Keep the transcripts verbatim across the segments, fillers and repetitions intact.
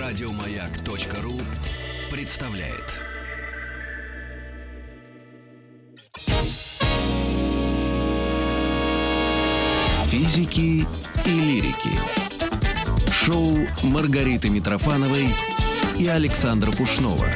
Радиомаяк.ру представляет. Физики и лирики. Шоу Маргариты Митрофановой и Александра Пушнова.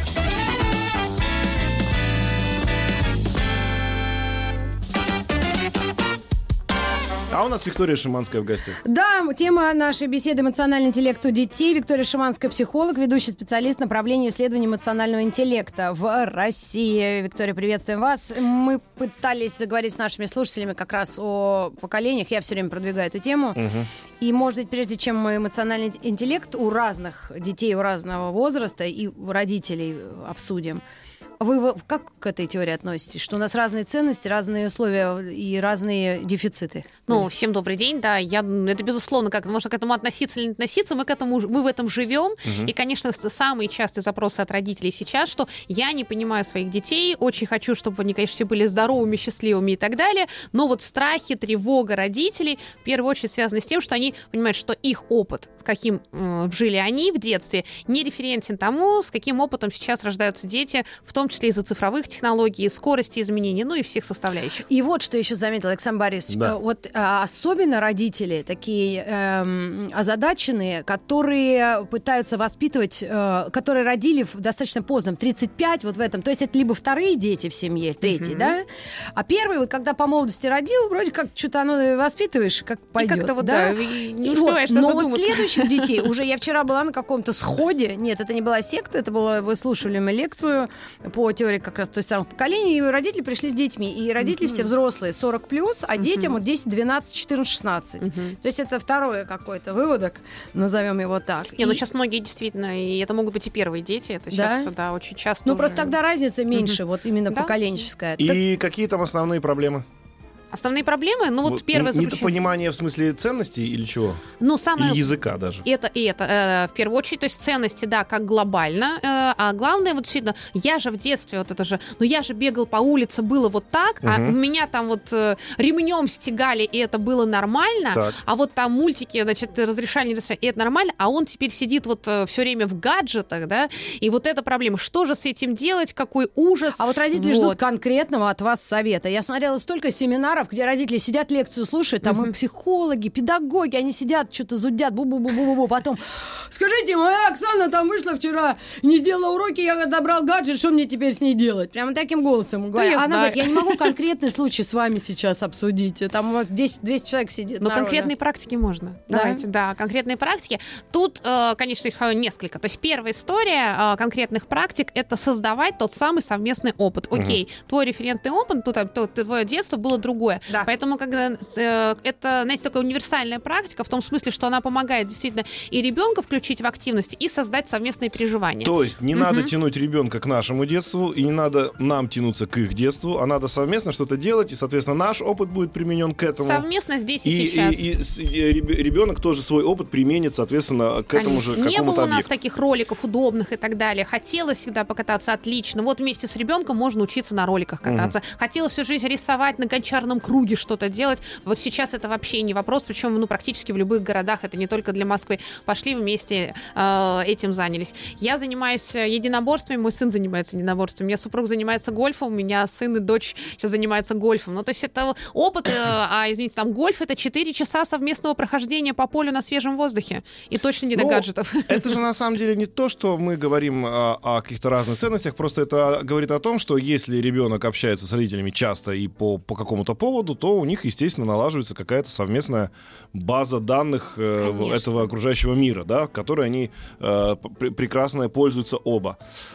А у нас Виктория Шиманская в гостях. Да, тема нашей беседы «Эмоциональный интеллект у детей». Виктория Шиманская, психолог, ведущий специалист направления исследований эмоционального интеллекта в России. Виктория, приветствуем вас. Мы пытались заговорить с нашими слушателями как раз о поколениях. Я все время продвигаю эту тему. Угу. И, может быть, прежде чем мы эмоциональный интеллект у разных детей, у разного возраста и у родителей обсудим, вы как к этой теории относитесь? Что у нас разные ценности, разные условия и разные дефициты? Ну, всем добрый день, да. Я, это безусловно, как можно к этому относиться или не относиться, мы к этому, мы в этом живем. Угу. И, конечно, самые частые запросы от родителей сейчас, что я не понимаю своих детей, очень хочу, чтобы они, конечно, все были здоровыми, счастливыми и так далее. Но вот страхи, тревога родителей в первую очередь связаны с тем, что они понимают, что их опыт, каким э, жили они в детстве, не референтен тому, с каким опытом сейчас рождаются дети, в том числе из-за цифровых технологий, скорости изменений, ну и всех составляющих. И вот что еще заметил Александр Борисович. Да. Вот а, особенно родители такие эм, озадаченные, которые пытаются воспитывать, э, которые родили в достаточно поздно, в тридцать пять, вот в этом. То есть это либо вторые дети в семье, третий, mm-hmm. да? А первый, вот когда по молодости родил, вроде как что-то оно воспитываешь, как пойдет. И как-то вот, да, да не успеваешь вот, задуматься. Но вот следующих детей, уже я вчера была на каком-то сходе, нет, это не была секта, это было, выслушивали мы лекцию по теории как раз той самых поколений, и родители пришли с детьми, и родители mm-hmm. все взрослые, сорок плюс, а mm-hmm. детям вот десять, двенадцать, четырнадцать, шестнадцать. Mm-hmm. То есть это второе какой-то выводок, назовем его так. Не, и... ну сейчас многие действительно, и это могут быть и первые дети, это сейчас, да, да очень часто. Ну уже... просто тогда разница меньше, mm-hmm. вот именно да? поколенческая. И так... какие там основные проблемы? Основные проблемы, ну вот, вот первое заключение... Недопонимание в смысле ценностей или чего? Ну, самое... Или языка даже? Это и это, э, в первую очередь, то есть ценности, да, как глобально, э, а главное, вот действительно, я же в детстве, вот это же, ну я же бегал по улице, было вот так, угу. а у меня там вот э, ремнем стегали, и это было нормально, так. а вот там мультики, значит, разрешали, не разрешали, и это нормально, а он теперь сидит вот э, все время в гаджетах, да, и вот эта проблема, что же с этим делать, какой ужас. А вот родители вот. ждут конкретного от вас совета. Я смотрела столько семинаров, где родители сидят, лекцию слушают, там uh-huh. и психологи, педагоги, они сидят, что-то зудят, бу-бу-бу-бу-бу, потом, скажите, моя Оксана там вышла вчера, не сделала уроки, я отобрал гаджет, что мне теперь с ней делать? Прямо таким голосом говорят. Да, Она знаю. говорит, я не могу конкретный случай с вами сейчас обсудить, там двести человек сидит. Но народа. Конкретные практики можно. Да? Давайте, да, конкретные практики. Тут, конечно, их несколько. То есть первая история конкретных практик — это создавать тот самый совместный опыт. Uh-huh. Окей, твой референтный опыт, тут твое детство было другое. Да. Поэтому, когда э, это, знаете, такая универсальная практика, в том смысле, что она помогает действительно и ребенка включить в активности, и создать совместные переживания. То есть не угу. надо тянуть ребенка к нашему детству, и не надо нам тянуться к их детству, а надо совместно что-то делать, и, соответственно, наш опыт будет применен к этому. Совместно здесь и, и сейчас. И, и, и ребенок тоже свой опыт применит, соответственно, к этому же какому-то Не было у нас объекту. таких роликов удобных и так далее. Хотелось всегда покататься, отлично. Вот вместе с ребенком можно учиться на роликах кататься. Угу. Хотелось всю жизнь рисовать на гончарном круге, что-то делать. Вот сейчас это вообще не вопрос, причем ну, практически в любых городах, это не только для Москвы. Пошли вместе э, этим занялись. Я занимаюсь единоборствами, мой сын занимается единоборствами, у меня супруг занимается гольфом, у меня сын и дочь сейчас занимаются гольфом. Ну, то есть это опыт, э, а, извините, там гольф — это четыре часа совместного прохождения по полю на свежем воздухе. И точно не до ну, гаджетов. Это же на самом деле не то, что мы говорим о, о каких-то разных ценностях, просто это говорит о том, что если ребенок общается с родителями часто и по, по какому-то поводу, то у них, естественно, налаживается какая-то совместная база данных э, этого окружающего мира, да, которой они э, пр- прекрасно пользуются оба.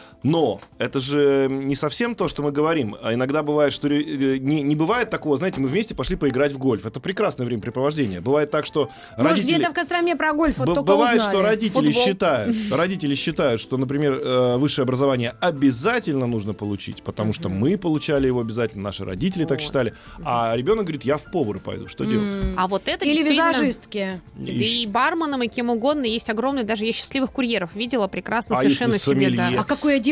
Но это же не совсем то, что мы говорим. А иногда бывает, что не, не бывает такого, знаете, мы вместе пошли поиграть в гольф. Это прекрасное времяпрепровождение. Бывает так, что Может, родители... где-то в Костроме про гольф вот Б- только Бывает, узнали. что родители Футбол. считают, родители считают, что, например, высшее образование обязательно нужно получить, потому что мы получали его обязательно, наши родители вот. так считали. А ребенок говорит, я в повары пойду. Что делать? А вот это Или действительно... визажистки. Да и барменам, и кем угодно есть огромный, даже я счастливых курьеров видела прекрасно а совершенно если себе. сомелье? Да. А какой я девушке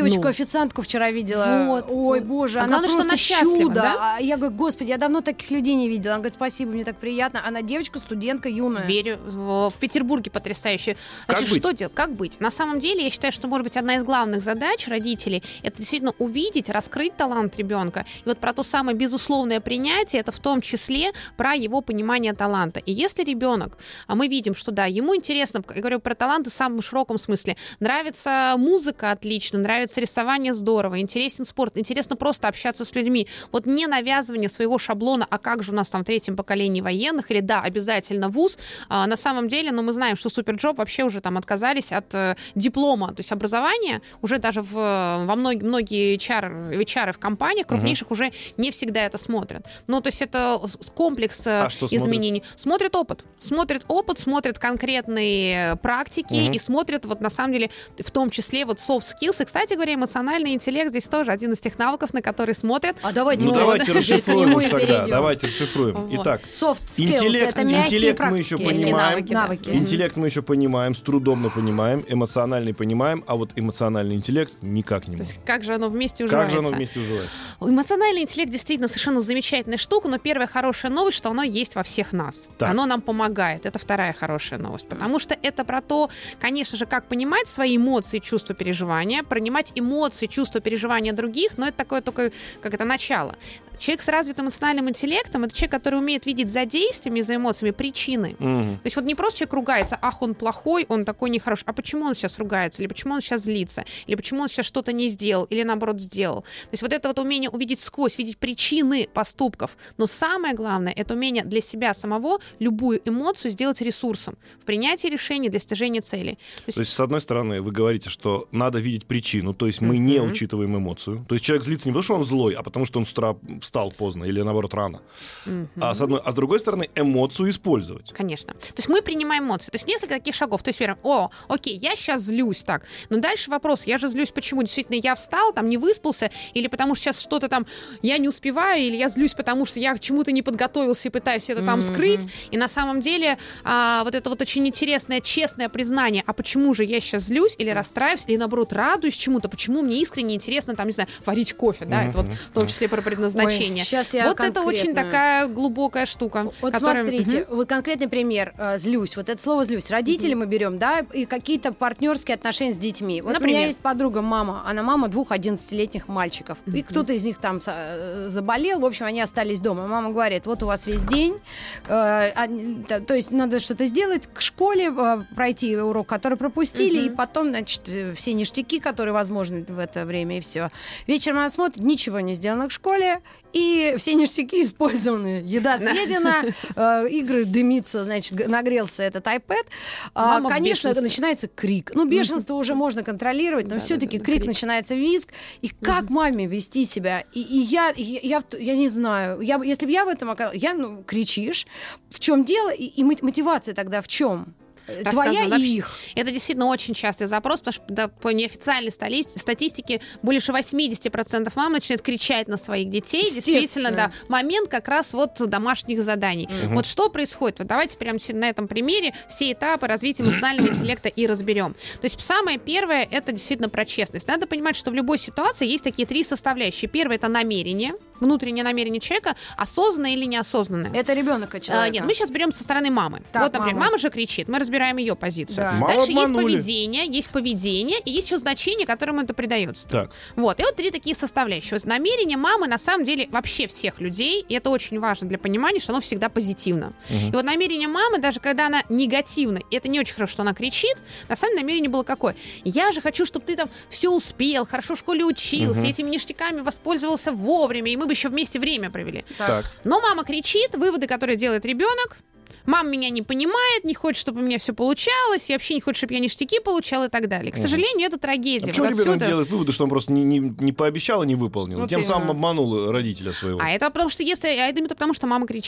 девочку-официантку вчера видела. Вот, Ой, вот. боже, А она главное, что просто она счастлива, чудо. да? А я говорю, господи, я давно таких людей не видела. Она говорит, спасибо, мне так приятно. Она девочка, студентка, юная. Верю. В, в Петербурге потрясающе. Как Значит, быть? что делать? Как быть? На самом деле, я считаю, что, может быть, одна из главных задач родителей — это действительно увидеть, раскрыть талант ребенка. И вот про то самое безусловное принятие, это в том числе про его понимание таланта. И если ребенок, а мы видим, что да, ему интересно, я говорю про таланты в самом широком смысле, нравится музыка отлично, нравится рисование здорово, интересен спорт, интересно просто общаться с людьми. Вот не навязывание своего шаблона, а как же у нас там в третьем поколении военных, или да, обязательно вуз. А, на самом деле, ну, мы знаем, что Суперджоп вообще уже там отказались от э, диплома, то есть образования, уже даже в, во многие, многие эйч ар, эйч ар в компаниях крупнейших uh-huh. уже не всегда это смотрят. Ну, то есть это комплекс э, а изменений. Смотрят опыт. Смотрят опыт, смотрят конкретные практики uh-huh. и смотрят вот на самом деле в том числе вот soft skills. И, кстати говоря, эмоциональный интеллект здесь тоже один из тех навыков, на которые смотрят. А давайте, ну, вот, давайте расшифруем уж тогда. перейдем. Давайте расшифруем. Вот. Итак, Soft skills интеллект, это мягкие интеллект мы практики, еще или понимаем. навыки, навыки. Интеллект мы еще понимаем, с трудом, но понимаем. Эмоциональный понимаем, а вот эмоциональный интеллект никак не То можем. есть как же оно вместе Как уживается? же оно вместе уживается? Эмоциональный интеллект действительно совершенно замечательная штука, но первая хорошая новость, что оно есть во всех нас. Так. Оно нам помогает. Это вторая хорошая новость. Потому что это про то, конечно же, как понимать свои эмоции, чувства, переживания, принимать эмоции, чувства, переживания других, но это такое только, как это, начало. Человек с развитым эмоциональным интеллектом — это человек, который умеет видеть за действиями, за эмоциями причины. Угу. То есть вот не просто человек ругается, ах, он плохой, он такой нехороший, а почему он сейчас ругается, или почему он сейчас злится, или почему он сейчас что-то не сделал, или наоборот сделал. То есть вот это вот умение увидеть сквозь, видеть причины поступков. Но самое главное — это умение для себя самого любую эмоцию сделать ресурсом в принятии решений для достижения цели. То есть, То есть, с одной стороны, вы говорите, что надо видеть причину, то есть мы mm-hmm. не учитываем эмоцию. То есть человек злится не потому, что он злой, а потому, что он с утра встал поздно или, наоборот, рано. Mm-hmm. А, с одной, а с другой стороны, эмоцию использовать. Конечно. То есть мы принимаем эмоции. То есть несколько таких шагов. То есть, верно, о, окей, я сейчас злюсь так. Но дальше вопрос, я же злюсь почему? Действительно, я встал, там, не выспался, или потому что сейчас что-то там я не успеваю, или я злюсь, потому что я к чему-то не подготовился и пытаюсь это там mm-hmm. скрыть. И на самом деле а, вот это вот очень интересное, честное признание, а почему же я сейчас злюсь или расстраиваюсь, или, наоборот, радуюсь чему-то, почему мне искренне интересно, там, не знаю, варить кофе, да, mm-hmm. это вот в том числе про предназначение. Ой, сейчас я вот это очень такая глубокая штука. Вот которая... смотрите, mm-hmm. вот конкретный пример, э, злюсь, вот это слово злюсь. Родители mm-hmm. мы берем, да, и какие-то партнерские отношения с детьми. Вот Например? у меня есть подруга, мама, она мама двух одиннадцатилетних мальчиков, mm-hmm. и кто-то из них там э, заболел, в общем, они остались дома. Мама говорит, вот у вас весь день, э, а, то есть надо что-то сделать, к школе э, пройти урок, который пропустили, mm-hmm. и потом, значит, все ништяки, которые возможны в это время, и все. Вечером она смотрит, ничего не сделано к школе, и все ништяки использованы. Еда съедена, э, игры дымится, значит, нагрелся этот iPad. А, конечно, начинается крик. Ну, бешенство mm-hmm. уже можно контролировать, но да, все-таки да, да, крик, крик начинается, визг. И как mm-hmm. маме вести себя? И, и я, я, я, я не знаю, я, если бы я в этом оказалась, я, ну, кричишь, в чем дело, и, и мотивация тогда в чем? Твоя и их. Это действительно очень частый запрос, потому что да, по неофициальной статистике больше восемьдесят процентов мам начинают кричать на своих детей. Действительно, да, момент как раз вот домашних заданий. Угу. Вот что происходит? Вот давайте прямо на этом примере все этапы развития эмоционального интеллекта и разберем. То есть самое первое — это действительно про честность. Надо понимать, что в любой ситуации есть такие три составляющие. Первое — это намерение, внутреннее намерение человека, осознанное или неосознанное. Это ребенка человека. А, нет, мы сейчас берем со стороны мамы. Так, вот, например, мама. мама же кричит, мы разбираем ее позицию. Да. Дальше Маму есть обманули. поведение, есть поведение, и есть еще значение, которому это придается. Так. Вот, и вот три такие составляющие. Вот намерение мамы, на самом деле, вообще всех людей, и это очень важно для понимания, что оно всегда позитивно. Угу. И вот намерение мамы, даже когда она негативна, и это не очень хорошо, что она кричит, на самом деле намерение было какое? Я же хочу, чтобы ты там все успел, хорошо в школе учился, угу. этими ништяками воспользовался вовремя, и мы бы еще вместе время провели. Так. Но мама кричит, выводы, которые делает ребенок: мама меня не понимает, не хочет, чтобы у меня все получалось, и вообще не хочет, чтобы я ништяки получала и так далее. К сожалению, это трагедия. А почему вот ребенок отсюда... делает выводы, что он просто не, не, не пообещал и не выполнил? Вот Тем именно. самым обманул родителя своего. А это потому что если, а это именно потому, что мама кричит.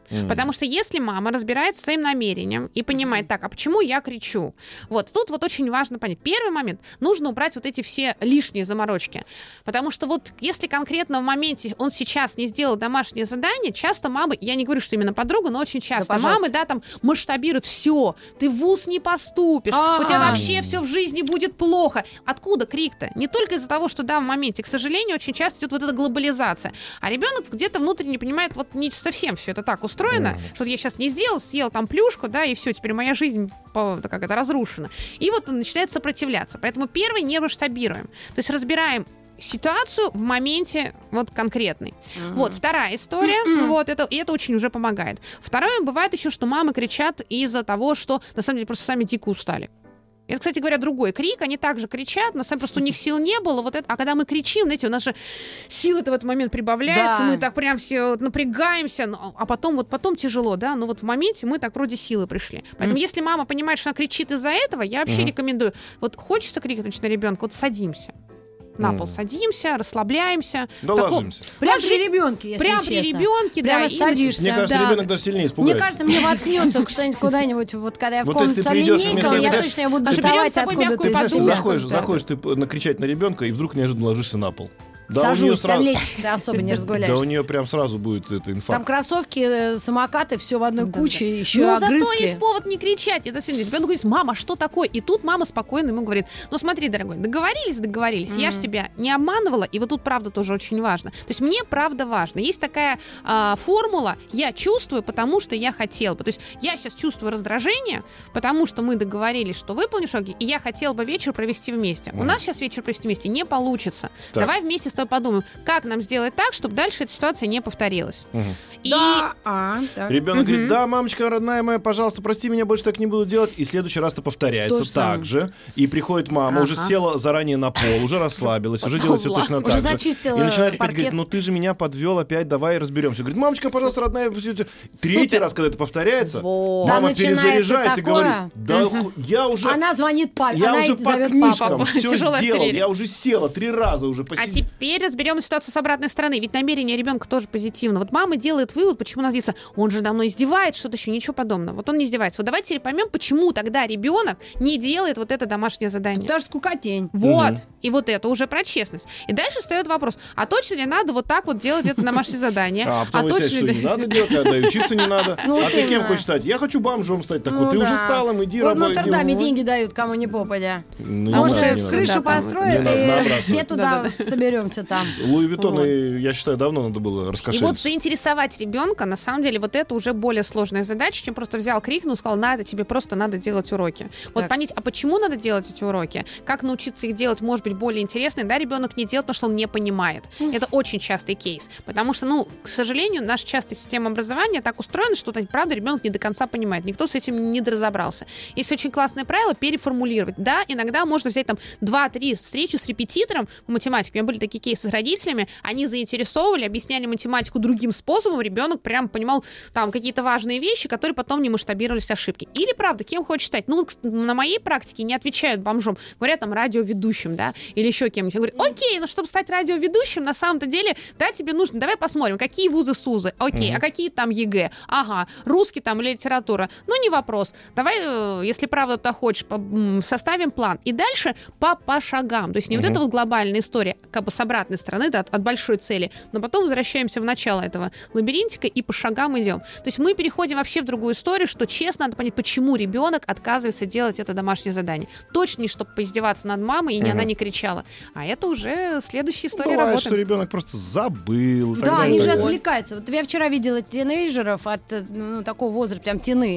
Mm. Потому что если мама разбирается своим намерением и понимает, так, а почему я кричу? Вот, тут вот очень важно понять. Первый момент, нужно убрать вот эти все лишние заморочки. Потому что вот если конкретно в моменте он сейчас не сделал домашнее задание, часто мамы, я не говорю, что именно подруга, но очень часто да, мамы, да, там масштабируют, все, ты в вуз не поступишь, А-а-а. у тебя вообще все в жизни будет плохо. Откуда крик-то? Не только из-за того, что, да, в моменте, к сожалению, очень часто идет вот эта глобализация. А ребенок где-то внутренне понимает, вот не совсем все это так устроено, mm. что вот я сейчас не сделал, съел там плюшку, да, и все, теперь моя жизнь как это разрушена. И вот он начинает сопротивляться. Поэтому первый не масштабируем. То есть разбираем ситуацию в моменте вот конкретной. Uh-huh. Вот, вторая история, uh-huh. вот, это, и это очень уже помогает. Второе, бывает еще, что мамы кричат из-за того, что, на самом деле, просто сами дико устали. Это, кстати говоря, другой крик, они также кричат, на самом деле просто у них сил не было, вот это, а когда мы кричим, знаете, у нас же силы-то в этот момент прибавляются, да. мы так прям все вот напрягаемся, ну, а потом вот потом тяжело, да, но вот в моменте мы так вроде силы пришли. Поэтому mm. если мама понимает, что она кричит из-за этого, я вообще mm. рекомендую, вот хочется крикнуть на ребенка, вот садимся. На пол mm. садимся, расслабляемся. Да Таком... ложимся. Прям при ребенке, если Прям честно. при ребенке, да. Прямо садишься. Мне кажется, да. ребенок даже сильнее испугается. Мне кажется, мне воткнется что-нибудь куда-нибудь, вот когда я в вот комнате с линейкой, я придешь, точно я буду доставать откуда-то из себя. Заходишь, заходишь ты накричать на ребенка, и вдруг неожиданно ложишься на пол. Да, сажусь, сразу... там лечь да, особо не разгуляешься. Да у нее прям сразу будет это инфаркт. Там кроссовки, самокаты, все в одной да, куче, да. еще Но огрызки. зато есть повод не кричать. Это сильно. Ребенок говорит, мама, что такое? И тут мама спокойно ему говорит, ну смотри, дорогой, договорились, договорились. Mm-hmm. Я же тебя не обманывала, и вот тут правда тоже очень важно. То есть мне правда важно. Есть такая а, формула, я чувствую, потому что я хотела бы. То есть я сейчас чувствую раздражение, потому что мы договорились, что выполнишь шаги, и я хотела бы вечер провести вместе. Mm-hmm. У нас сейчас вечер провести вместе не получится. Так. Давай вместе с тобой подумаем, как нам сделать так, чтобы дальше эта ситуация не повторилась. Угу. И... Да. А, ребенок угу. говорит, да, мамочка родная моя, пожалуйста, прости меня, больше так не буду делать. И в следующий раз это повторяется так же. И приходит мама, ага. уже села заранее на пол, уже расслабилась, уже делает все точно так же. И начинает опять говорить, ну ты же меня подвел опять, давай разберемся. Говорит, мамочка, пожалуйста, родная. Третий раз, когда это повторяется, мама перезаряжает и говорит, да я уже... Она звонит папе, я она уже по зовет книжкам все сделал, я уже села три раза уже посидела. А теперь разберем ситуацию с обратной стороны. Ведь намерение ребенка тоже позитивно. Вот мама делает вывод, почему она здесь, он же давно издевается, что-то еще, ничего подобного. Вот он не издевается. Вот давайте теперь поймем, почему тогда ребенок не делает вот это домашнее задание. Даже скукотень. Вот. Угу. И вот это уже про честность. И дальше встает вопрос, а точно ли надо вот так вот делать это домашнее задание? А потом выясняется, что не надо делать, а учиться не надо. А ты кем хочешь стать? Я хочу бомжом стать. Так вот ты уже стал им, иди работай. Вот в Нотр-Даме деньги дают, кому не попадя. Может, крышу построят, и все туда соберемся там. Луи Виттон, я считаю, давно надо было раскошелиться. И вот заинтересовать ребенка, на самом деле, вот это уже более сложная задача, чем просто взял, крикнул, сказал, надо, тебе просто надо делать уроки. Вот так. Понять, а почему надо делать эти уроки? Как научиться их делать, может быть, более интересно? Да, ребенок не делает, потому что он не понимает. Mm. Это очень частый кейс. Потому что, ну, к сожалению, наша частая система образования так устроена, что, правда, ребенок не до конца понимает. Никто с этим не доразобрался. Есть очень классное правило переформулировать. Да, иногда можно взять там два-три встречи с репетитором по математике. У меня были такие кейсы с родителями, они заинтересовывали, объясняли математику другим способом, ребенок прям понимал там какие-то важные вещи, которые потом не масштабировались ошибки. Или, правда, кем хочешь стать? Ну, на моей практике не отвечают бомжом. Говорят там радиоведущим, да, или еще кем-нибудь. Я говорю, окей, ну, чтобы стать радиоведущим, на самом-то деле, да, тебе нужно, давай посмотрим, какие вузы-сузы, окей, mm-hmm. а какие там ЕГЭ? Ага, русский там или литература? Ну, не вопрос. Давай, если правда ты хочешь, составим план. И дальше по, по шагам. То есть не mm-hmm. вот эта вот глобальная история, как бы с обратной стороны, да, от, от большой цели, но потом возвращаемся в начало этого лабиринтика и по шагам идем. То есть мы переходим вообще в другую историю, что честно надо понять, почему ребенок отказывается делать это домашнее задание. Точно не чтобы поиздеваться над мамой, и mm-hmm. она не кричала. А это уже следующая история Бывает, работы. что ребенок просто забыл. Да, они же отвлекаются. Вот я вчера видела тинейджеров от ну, такого возраста, прям тины,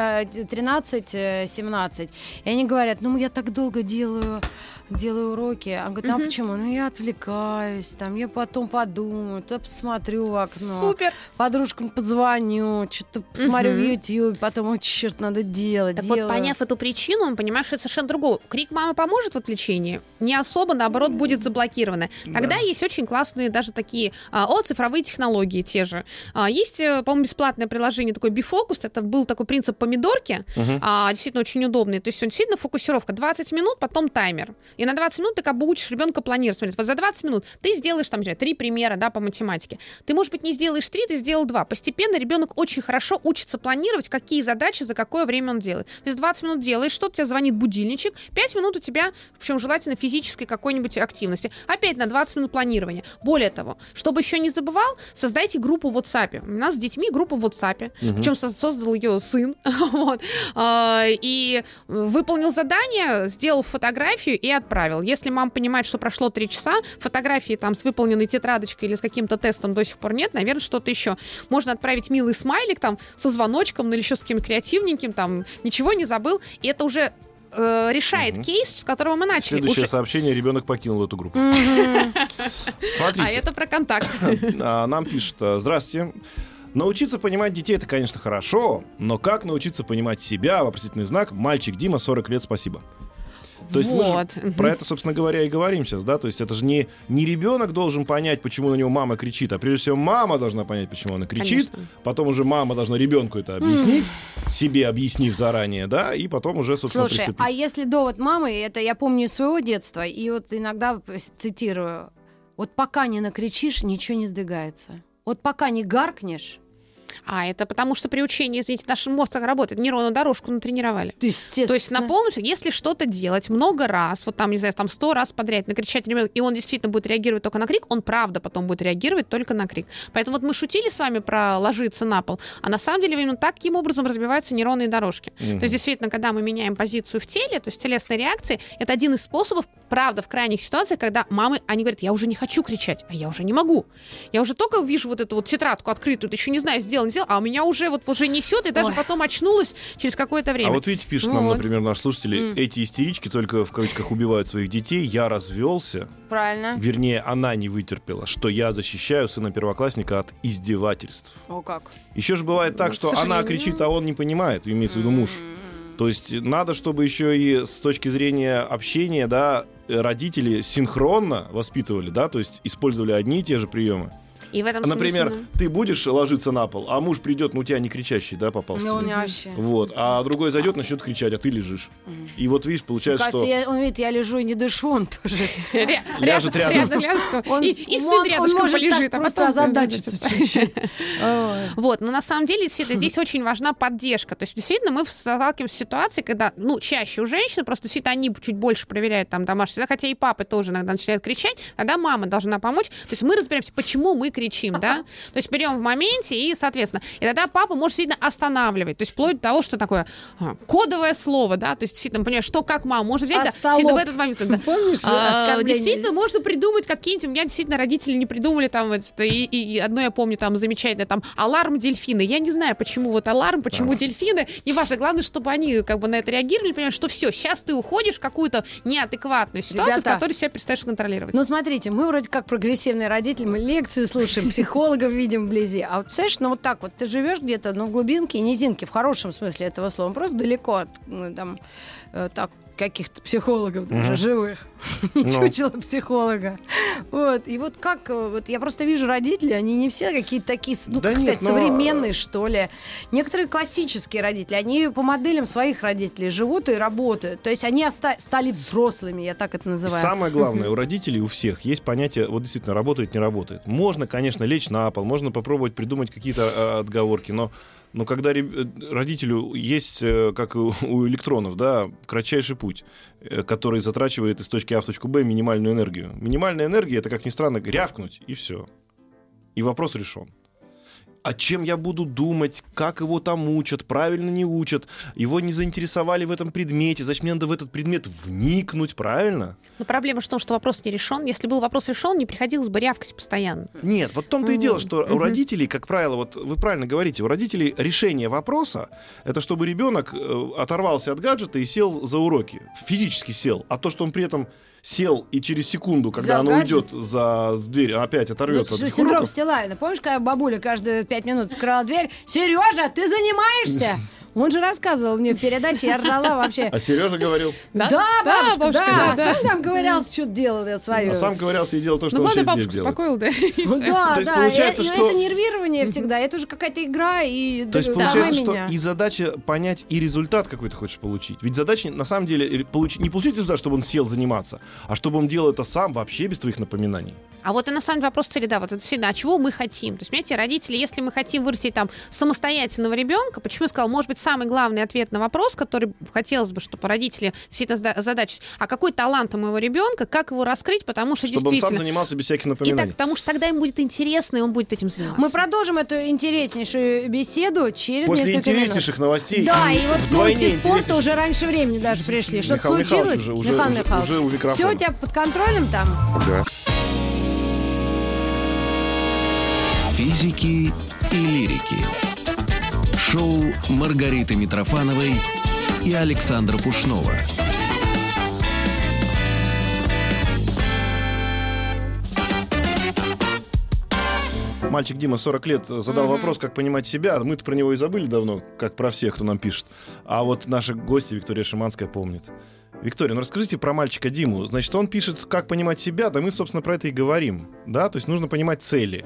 тринадцать-семнадцать. И они говорят, ну я так долго делаю... делаю уроки, а говорит, а uh-huh. почему? Ну, я отвлекаюсь, там, я потом подумаю, то посмотрю в окно. Супер. Подружкам позвоню, что-то посмотрю uh-huh. в YouTube, потом, ой, черт, надо делать. Так делаю. вот, поняв эту причину, он понимает, что это совершенно другое. Крик мамы поможет в отвлечении? Не особо, наоборот, будет заблокировано. Тогда да. есть очень классные даже такие, а, о, цифровые технологии те же. А, есть, по-моему, бесплатное приложение такое Bifocus, это был такой принцип помидорки, uh-huh. а, действительно очень удобный. То есть он действительно фокусировка, двадцать минут, потом таймер. И на двадцать минут ты как бы учишь ребенка планировать. Смотри, вот за двадцать минут минут ты сделаешь там, три примера, да, по математике. Ты, может быть, не сделаешь три, ты сделал два. Постепенно ребенок очень хорошо учится планировать, какие задачи за какое время он делает. То есть двадцать минут делаешь, что-то тебе звонит будильничек, пять минут у тебя, причем желательно физической какой-нибудь активности. Опять на двадцать минут планирования. Более того, чтобы еще не забывал, создайте группу в WhatsApp. У нас с детьми группа в WhatsApp, угу. причем создал ее сын, вот, и выполнил задание, сделал фотографию и отправил. Если мама понимает, что прошло три часа, фотографии там с выполненной тетрадочкой или с каким-то тестом до сих пор нет, наверное, что-то еще. Можно отправить милый смайлик там со звоночком, ну или еще с кем-то креативненьким, там, ничего не забыл, и это уже э, решает угу. кейс, с которого мы начали. Следующее уже... сообщение: ребенок покинул эту группу. Смотрите. А это про контакт. Нам пишут: здравствуйте. Научиться понимать детей — это, конечно, хорошо, но как научиться понимать себя? Вопросительный знак. Мальчик Дима, сорок лет, спасибо. То есть вот. мы же про это, собственно говоря, и говорим сейчас, да? То есть это же не, не ребенок должен понять, почему на него мама кричит, а прежде всего мама должна понять, почему она кричит. Конечно. Потом уже мама должна ребенку это объяснить, mm. себе объяснив заранее, да, и потом уже, собственно, Слушай, приступить. А если довод мамы, это я помню из своего детства, и вот иногда цитирую: вот пока не накричишь, ничего не сдвигается. Вот пока не гаркнешь. А, это потому что при учении, извините, наш мозг так работает, нейронную дорожку натренировали. Естественно. То есть на полностью, если что-то делать много раз, вот там, не знаю, там сто раз подряд накричать ребенок, и он действительно будет реагировать только на крик, он правда потом будет реагировать только на крик. Поэтому вот мы шутили с вами про ложиться на пол, а на самом деле именно таким образом разбиваются нейронные дорожки. Mm-hmm. То есть действительно, когда мы меняем позицию в теле, то есть телесные реакции, это один из способов, правда, в крайних ситуациях, когда мамы, они говорят: я уже не хочу кричать, а я уже не могу. Я уже только вижу вот эту вот тетрадку открытую, еще не знаю, сделал, не сделал, а у меня уже вот уже несет, и даже Ой. потом очнулась через какое-то время. А вот видите, пишут нам, вот. например, наши слушатели, mm. эти истерички только в кавычках убивают своих детей. Я развелся. Правильно. Вернее, она не вытерпела, что я защищаю сына первоклассника от издевательств. О, как. Еще же бывает так, что она кричит, а он не понимает, имеется в виду муж. То есть надо, чтобы еще и с точки зрения общения, да, родители синхронно воспитывали, да, то есть использовали одни и те же приемы. И в этом Например, смысле... ты будешь ложиться на пол, а муж придет, ну у тебя не кричащий, да, попался. Ну, не вообще. Вот, а другой зайдет, начнет кричать, а ты лежишь. Mm. И вот видишь, получается, Кажется, что... Я, он видит, я лежу и не дышу, он тоже ляжет рядом. Он, и, и сын рядышком он полежит, а просто озадачится чуть-чуть. Вот, но на самом деле, действительно, здесь очень важна поддержка. То есть, действительно, мы сталкиваемся с ситуацией, когда, ну, чаще у женщин, просто действительно они чуть больше проверяют там домашние, хотя и папы тоже иногда начинают кричать, тогда мама должна помочь. То есть мы разберемся, почему мы кричим, да? То есть берем в моменте и, соответственно, и тогда папа может действительно останавливать. То есть вплоть до того, что такое а, кодовое слово, да, то есть действительно, понимаешь, что как мама можно взять, да, действительно в этот момент. Да. Помнишь, а, действительно, можно придумать какие-нибудь, у меня действительно родители не придумали там, вот, и, и одно я помню, там, замечательно, там, аларм дельфины. Я не знаю, почему вот аларм, почему а. дельфины, неважно, главное, чтобы они как бы на это реагировали, понимаешь, что все, сейчас ты уходишь в какую-то неадекватную ситуацию, Ребята, в которой себя перестаешь контролировать. Ну, смотрите, мы вроде как прогрессивные родители, мы лекции слушаем, психологов видим вблизи. А вот, представляешь, ну вот так вот, ты живешь где-то, ну, в глубинке и низинке, в хорошем смысле этого слова, просто далеко от, ну, там, э, так, каких-то психологов даже, mm-hmm. живых. Не no. чучело психолога. Вот. И вот как... Вот я просто вижу родителей, они не все какие-то такие, ну, да как нет, сказать, но... современные, что ли. Некоторые классические родители, они по моделям своих родителей живут и работают. То есть они оста- стали взрослыми, я так это называю. Самое главное, у родителей, у всех есть понятие, вот действительно, работает, не работает. Можно, конечно, лечь на пол, можно попробовать придумать какие-то э, отговорки, но Но когда родителю есть, как у электронов, да, кратчайший путь, который затрачивает из точки А в точку Б минимальную энергию. Минимальная энергия — это, как ни странно, рявкнуть, и все. И вопрос решен. О чем я буду думать, как его там учат, правильно не учат, его не заинтересовали в этом предмете, значит, мне надо в этот предмет вникнуть, правильно? Но проблема в том, что вопрос не решен. Если был вопрос решен, не приходилось бы рявкать постоянно. Нет, вот в том-то и дело, что у родителей, как правило, вот вы правильно говорите, у родителей решение вопроса — это чтобы ребенок оторвался от гаджета и сел за уроки, физически сел, а то, что он при этом сел и через секунду, когда Взял она гаджет? уйдет за дверь, опять оторвется ну, от синдром Стилавина. Помнишь, когда бабуля каждые пять минут открывала дверь? Сережа, ты занимаешься? Он же рассказывал мне в передаче, я ржала вообще. А Сережа говорил? Да, Да, бабушка, бабушка, да. да, да. Сам там ковырялся, что-то делал я свое. А сам ковырялся и делал то, что Ну, он главное, сейчас здесь бабушку делает. успокоил, да. и Ну всё. да, То есть да, получается, э- но что- это нервирование всегда, это уже какая-то игра, и То есть д- получается, пойми что меня. и задача понять, и результат какой ты хочешь получить. Ведь задача на самом деле ре- получить, не получить результат, чтобы он сел заниматься, а чтобы он делал это сам вообще без твоих напоминаний. А вот и на самом деле вопрос цели, да, вот это всегда, а чего мы хотим? То есть, понимаете, родители, если мы хотим вырастить там самостоятельного ребенка, почему я сказала, может быть, самый главный ответ на вопрос, который хотелось бы, чтобы родители действительно задачи, а какой талант у моего ребенка, как его раскрыть, потому что Чтобы он действительно... сам занимался без всяких И напоминаний. так, потому что тогда ему будет интересно, и он будет этим заниматься. Мы продолжим эту интереснейшую беседу через После несколько минут. интереснейших новостей. Да, и вот вдвойне новости спорта интереснейших. уже раньше времени даже пришли. Что-то Михаил Михайлович случилось? уже- уже- Михаил уже- Михайлович, уже у микрофона. все у тебя под контролем там? Да. Физики и лирики. Шоу Маргариты Митрофановой и Александра Пушнова. Мальчик Дима, сорок лет, задал Мгм. вопрос, как понимать себя. Мы-то про него и забыли давно, как про всех, кто нам пишет. А вот наша гостья Виктория Шиманская помнит. Виктория, ну расскажите про мальчика Диму. Значит, он пишет, как понимать себя, да мы, собственно, про это и говорим. Да, то есть нужно понимать цели.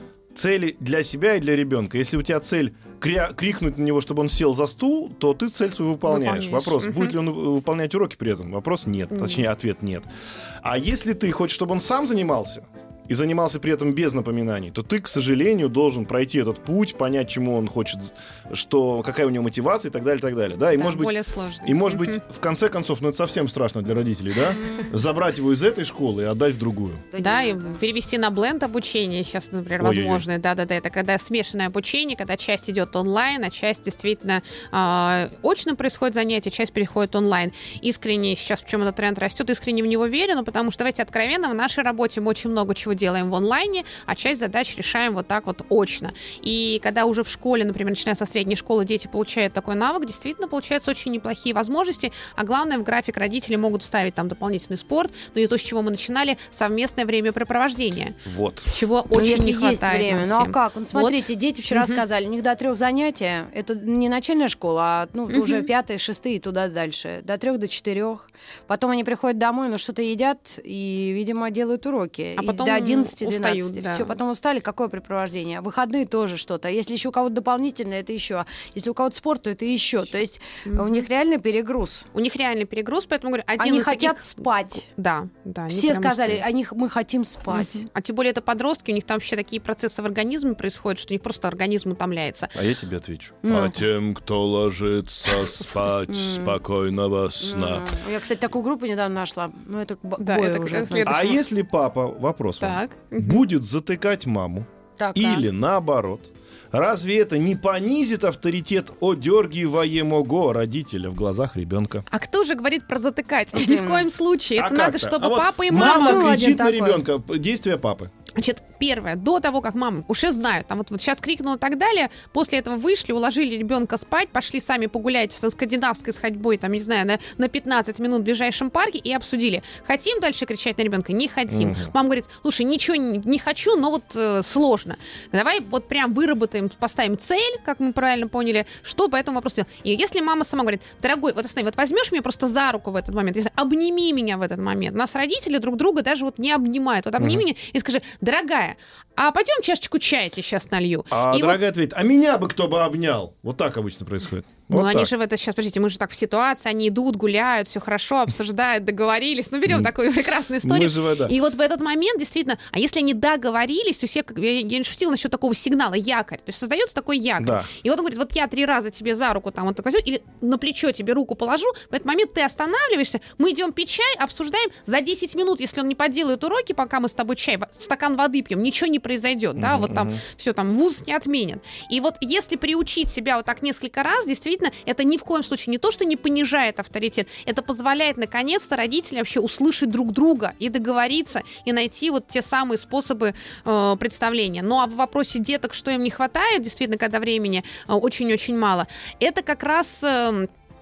Цели для себя и для ребенка. Если у тебя цель кря- крикнуть на него, чтобы он сел за стул, то ты цель свою выполняешь. Выполняешь. Вопрос, Мгм. будет ли он выполнять уроки при этом? Вопрос нет. Нет. Точнее, ответ нет. А если ты хочешь, чтобы он сам занимался, и занимался при этом без напоминаний, то ты, к сожалению, должен пройти этот путь, понять, чему он хочет, что, какая у него мотивация и так далее, и так далее. Да, и Да, может быть, более сложно. и может Мгм. быть, в конце концов, ну это совсем страшно для родителей, да, забрать его из этой школы и отдать в другую. Да, и перевести на бленд обучение сейчас, например, Ой-ой-ой. возможно. Да-да-да, это когда смешанное обучение, когда часть идет онлайн, а часть действительно а, очно происходит занятие, часть переходит онлайн. Искренне сейчас, причем этот тренд растет, искренне в него верю, ну, потому что, давайте откровенно, в нашей работе мы очень много чего делаем в онлайне, а часть задач решаем вот так вот очно. И когда уже в школе, например, начиная со средней школы, дети получают такой навык, действительно получаются очень неплохие возможности, а главное, в график родители могут вставить там дополнительный спорт, ну и то, с чего мы начинали, совместное времяпрепровождение, Вот. чего Ну, очень если не есть хватает время. нам Ну а всем. как? Ну, смотрите, Вот. дети вчера Мгм. сказали, у них до трех занятия. Это не начальная школа, а ну, это Мгм. уже пятые, шестые и туда дальше. До трех, до четырех. Потом они приходят домой, ну что-то едят и, видимо, делают уроки. А И потом до одиннадцати двенадцати. устают, да. Все, потом устали, какое препровождение. Выходные тоже что-то. Если еще у кого-то дополнительно, это еще. Если у кого-то спорт, то это еще. То есть у них реально перегруз. У них реальный перегруз, поэтому говорю, один Они из хотят таких- спать. Да, да. они Все прям сказали, устают. они, мы хотим спать. А тем более это подростки, у них там вообще такие процессы в организме происходят, что у них просто организм утомляется. А я тебе отвечу. Ну. А тем, кто ложится спать, спокойного сна. М, Я, кстати, такую группу недавно нашла. Ну, это к б- Да, бою это уже как относится. А если папа, вопрос вам, Так. будет затыкать маму, Так, или наоборот, разве это не понизит авторитет одергиваемого родителя в глазах ребенка? А кто же говорит про затыкать? Вот Ни в именно. коем случае. А Это как надо, так? чтобы А вот папа и мама- мама... Забыл кричит один на такой. ребенка, действия папы. Значит, первое, до того, как мама уже знают, там вот, вот сейчас крикнула и так далее, после этого вышли, уложили ребенка спать, пошли сами погулять со скандинавской с ходьбой, там, не знаю, на, на пятнадцать минут в ближайшем парке и обсудили. Хотим дальше кричать на ребенка? Не хотим. Мгм. Мама говорит, слушай, ничего не, не хочу, но вот э, сложно. Давай вот прям выработаем, поставим цель, как мы правильно поняли, что по этому вопросу делать. И если мама сама говорит, дорогой, вот останови, вот возьмешь меня просто за руку в этот момент, если обними меня в этот момент. У нас родители друг друга даже вот не обнимают. Вот обними Мгм. меня и скажи, дорогая, а пойдем чашечку чая тебе сейчас налью. А И вот- дорогая ответит, а меня бы кто бы обнял. Вот так обычно происходит. ну, Вот они так. же в это сейчас, подождите, мы же так в ситуации, они идут, гуляют, все хорошо, обсуждают, договорились. Ну, берем М. такую прекрасную историю. Мы же, да. И вот в этот момент, действительно, а если они договорились, то все, как- я, я не шутила насчет такого сигнала, якорь. То есть создается такой якорь. Да. И вот он говорит, вот я три раза тебе за руку там вот так возьму, или на плечо тебе руку положу, в этот момент ты останавливаешься, мы идем пить чай, обсуждаем, за десять минут, если он не поделает уроки, пока мы с тобой чай, во- стакан воды пьем, ничего не произойдет, да, Мгм, вот там мгм. все там вуз не отменен. И вот если приучить себя вот так несколько раз, действительно, это ни в коем случае не то, что не понижает авторитет, это позволяет наконец-то родителям вообще услышать друг друга и договориться, и найти вот те самые способы э, представления. Ну а в вопросе деток, что им не хватает, действительно, когда времени э, очень-очень мало, это как раз... э,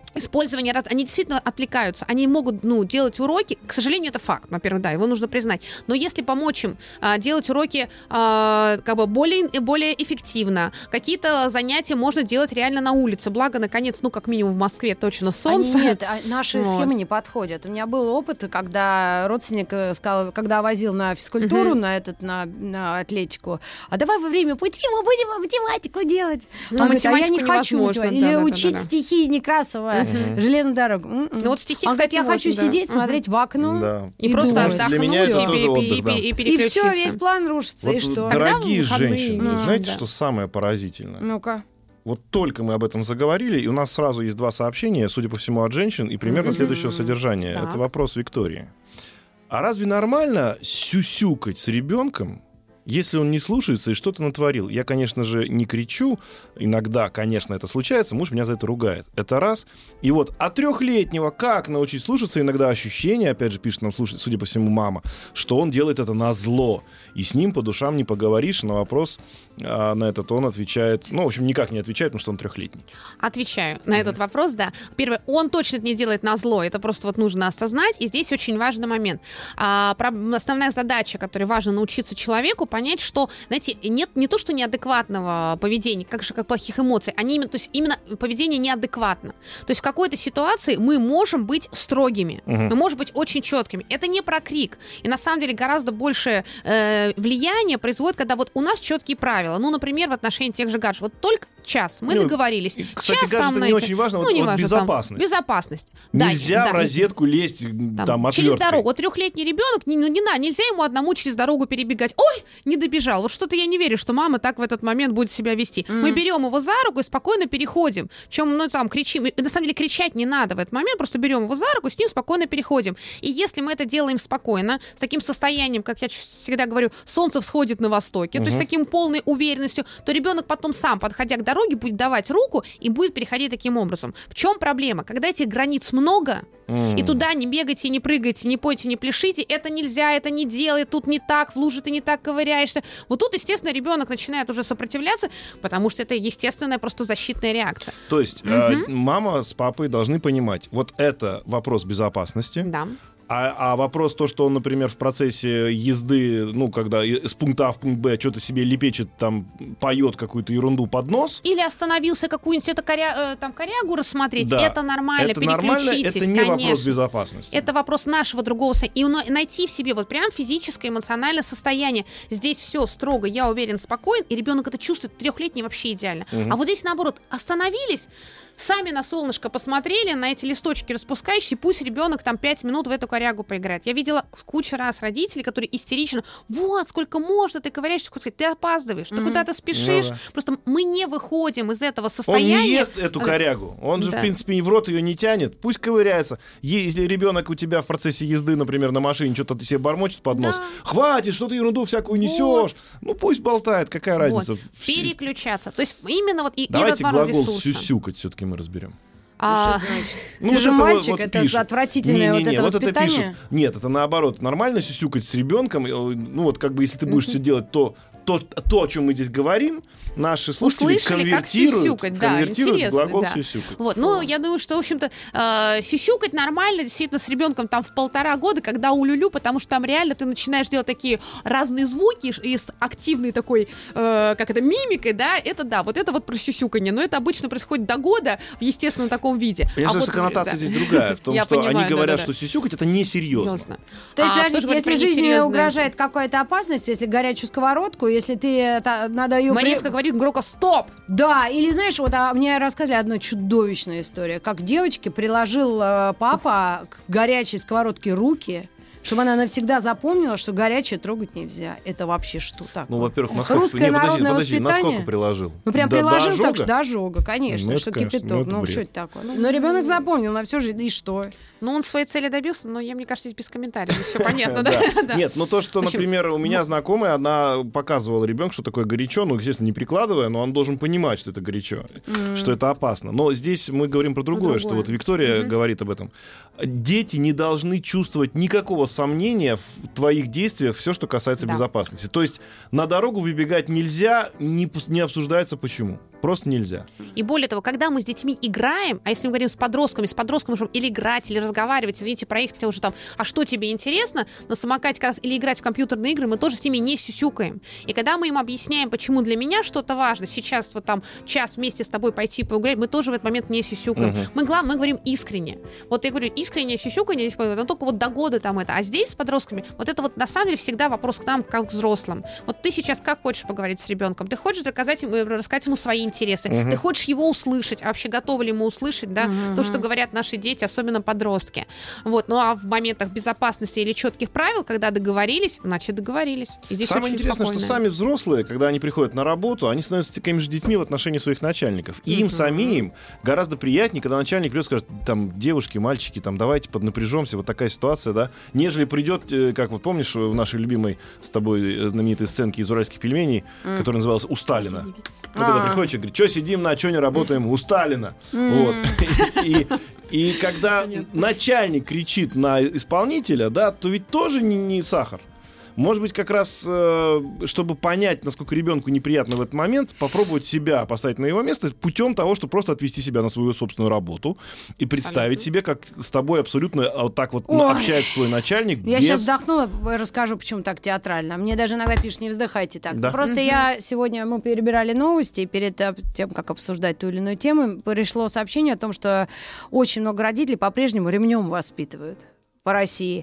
использование раз, они действительно отвлекаются, они могут, ну, делать уроки, к сожалению, это факт, во-первых, да, его нужно признать, но если помочь им а, делать уроки а, как бы более, более эффективно, какие-то занятия можно делать реально на улице, благо, наконец, ну, как минимум в Москве точно солнце. Они, нет, наши вот. схемы не подходят. У меня был опыт, когда родственник сказал, когда возил на физкультуру, uh-huh. на, этот, на, на атлетику, а давай во время пути мы будем математику делать. Но Он говорит, а я не хочу невозможно, математику. да, Или да, учить да, да. стихи Некрасова. Uh-huh. Железную дорогу. Ну вот стихи, Он кстати, говорит, я можно, хочу да. сидеть, uh-huh. смотреть в окно. Да. И, и просто просто отдохнуть. Для меня это и, тоже и, отдых, и, да. и, и И переключиться. все, весь план рушится. Вот, и что? дорогие Когда выходные? женщины, Ну, знаете, да. что самое поразительное? Ну-ка. Вот только мы об этом заговорили, и у нас сразу есть два сообщения, судя по всему, от женщин, и примерно Мгм. следующего содержания. Так. Это вопрос Виктории. А разве нормально сюсюкать с ребенком, если он не слушается и что-то натворил? Я, конечно же, не кричу. Иногда, конечно, это случается. Муж меня за это ругает. Это раз. И вот от трехлетнего как научить слушаться? Иногда ощущение, опять же, пишет нам, судя по всему, мама, что он делает это назло. И с ним по душам не поговоришь. На вопрос а, на этот он отвечает... Ну, в общем, никак не отвечает, потому что он трехлетний. Отвечаю на этот вопрос, да. Первое, он точно это не делает назло, это просто вот нужно осознать, и здесь очень важный момент. А, про, основная задача, которой важно научиться человеку, понять, что, знаете, нет не то, что неадекватного поведения, как же как плохих эмоций, они именно, то есть именно поведение неадекватно. То есть в какой-то ситуации мы можем быть строгими, Мгм. мы можем быть очень четкими. Это не про крик. И на самом деле гораздо больше э, влияния производит, когда вот у нас четкие правила. Ну, например, в отношении тех же гаджетов. Вот только час, мы Ну, договорились. и, кстати, час гаджеты там, не знаете, очень важно, ну, вот- не вот важно, безопасность. Там, безопасность. Да, Нельзя да, в розетку лезть там, там, через отверткой. дорогу. Вот трехлетний ребенок, не, ну, не надо, нельзя ему одному через дорогу перебегать. Ой, не добежал. Вот что-то я не верю, что мама так в этот момент будет себя вести. Мгм. Мы берем его за руку и спокойно переходим. Чем мы там кричим. И, на самом деле кричать не надо в этот момент, просто берем его за руку, с ним спокойно переходим. И если мы это делаем спокойно, с таким состоянием, как я ч- всегда говорю, солнце всходит на востоке, то есть Мгм. таким полной уверенностью, то ребенок потом сам, подходя к дороге, будет давать руку и будет переходить таким образом. В чем проблема? Когда этих границ много, М. и туда не бегайте, не прыгайте, не пойте, не пляшите, это нельзя, это не делай, тут не так, в луже ты не так ковыряешься. Вот тут, естественно, ребенок начинает уже сопротивляться, потому что это естественная просто защитная реакция. То есть э, мама с папой должны понимать, вот это вопрос безопасности, Да. а, а вопрос то, что он, например, в процессе езды, ну, когда и- с пункта А в пункт Б что-то себе лепечет, там, поет какую-то ерунду под нос, Или остановился какую-нибудь это коря... э, там, корягу рассмотреть, Да. это нормально, это нормально, переключитесь, это не конечно. вопрос безопасности. Это вопрос нашего другого со- и но- найти в себе вот прям физическое, эмоциональное состояние. Здесь все строго, я уверен, спокоен, и ребенок это чувствует, трехлетний вообще идеально. Мгм. А вот здесь наоборот, остановились, сами на солнышко посмотрели, на эти листочки распускающиеся, пусть ребенок там пять минут в эту корягу поиграет. Я видела кучу раз родителей, которые истерично, вот, сколько можно, ты ковыряешься, ты опаздываешь, ты Мгм. куда-то спешишь. Ну да. Просто мы не выходим из этого Он состояния. не ест эту корягу. Он же, Да. в принципе, в рот ее не тянет. Пусть ковыряется. Е- Если ребенок у тебя в процессе езды, например, на машине что-то себе бормочет под нос, Да. хватит, что ты ерунду всякую несешь. Вот. Ну, пусть болтает, какая Вот. разница. Все- Переключаться. То есть именно вот и Давайте этот ворот глагол ресурса. «сюсюкать» все-таки мы разберем. А, Что это значит? Ну, Ты вот же это вот- мальчик, вот это пишут. отвратительное вот Не-не-не, это вот это воспитание. пишут. Нет, это наоборот. Нормально сюсюкать с ребенком. э, Ну вот как бы если ты будешь все делать, то то, то, о чем мы здесь говорим, наши слушатели Услышали, как конвертируют, сюсюкать, да, конвертируют в интересно, глагол да. «сюсюкать». Вот, ну, я думаю, что, в общем-то, э, сюсюкать нормально действительно с ребенком там в полтора года, когда улюлю, потому что там реально ты начинаешь делать такие разные звуки и с активной такой, э, как это, мимикой, да, это да, вот это вот про сюсюканье, но это обычно происходит до года в естественном таком виде. Конечно, а вот, коннотация да. здесь другая, в том, Я что понимаю, они говорят, да-да-да. что сюсюкать — это несерьезно. Серьезно. То есть, А, подождите, кто же говорит если про жизни несерьезное? угрожает какая-то опасность, если горячую сковородку, если ты та- надо ее... Мы резко говорим громко «стоп!» Да, или знаешь, вот а, мне рассказали одну чудовищную историю, как девочке приложил э, папа к горячей сковородке руки, чтобы она навсегда запомнила, что горячее трогать нельзя. Это вообще что такое? Ну, во-первых, насколько... Русское Не, подожди, народное подожди, воспитание? насколько приложил? Ну, прям До- до приложил так, ожога? что до ожога, конечно, Ну, это, что конечно, кипяток. ну, это Ну, бред. что это такое? Ну, но ребенок запомнил на всю жизнь, и что? Ну, он своей цели добился, но я, мне кажется, здесь без комментариев. Все понятно, Да. да? Да. Нет, ну то, что, В общем, например, у меня знакомая, она показывала ребенку, что такое горячо, ну, естественно, не прикладывая, но он должен понимать, что это горячо, что это опасно. Но здесь мы говорим про другое, что другое. вот Виктория Мгм. говорит об этом. Дети не должны чувствовать никакого сомнения в твоих действиях, все, что касается Да. безопасности. То есть на дорогу выбегать нельзя, не, пус- не обсуждается почему. Просто нельзя. И более того, когда мы с детьми играем, а если мы говорим с подростками, с подростками можем или играть, или разговаривать, извините, проехать уже там, а что тебе интересно, на самокате или играть в компьютерные игры, мы тоже с ними не сюсюкаем. И когда мы им объясняем, почему для меня что-то важно, сейчас вот там час вместе с тобой пойти погулять, мы тоже в этот момент не сюсюкаем. Uh-huh. Мы, главное, мы говорим искренне. Вот я говорю, искренне сюсюканье, но только вот до года там это. А здесь с подростками, вот это вот на самом деле всегда вопрос к нам, как к взрослым. Вот ты сейчас как хочешь поговорить с ребенком? Ты хочешь рассказать ему, рассказать ему свои интересы? Uh-huh. Ты хочешь его услышать? А вообще готовы ли ему услышать, да, uh-huh. то, что говорят наши дети, особенно подростки? Вот. Ну а в моментах безопасности или четких правил, когда договорились, значит договорились. И здесь самое интересное, спокойно. что сами взрослые, когда они приходят на работу, они становятся такими же детьми в отношении своих начальников. И uh-huh. им самим гораздо приятнее, когда начальник придет и скажет, там, девушки, мальчики, там, давайте поднапряжемся, вот такая ситуация, да, нежели придет, как вот помнишь, в нашей любимой с тобой знаменитой сценке из «Уральских пельменей», mm. которая называлась «У Сталина». Вот когда приходит человек, говорит, что сидим, на что не работаем? У Сталина. Mm. Вот. И, и когда начальник кричит на исполнителя, да, то ведь тоже не, не сахар. Может быть, как раз, э, чтобы понять, насколько ребенку неприятно в этот момент, попробовать себя поставить на его место путем того, чтобы просто отвести себя на свою собственную работу и представить абсолютно. Себе, как с тобой абсолютно вот так вот Ой. общается твой начальник. Я без... сейчас вздохнула, расскажу, почему так театрально. Мне даже иногда пишут, не вздыхайте так. Да? Просто mm-hmm. я сегодня, мы перебирали новости, и перед тем, как обсуждать ту или иную тему, пришло сообщение о том, что очень много родителей по-прежнему ремнем воспитывают по России.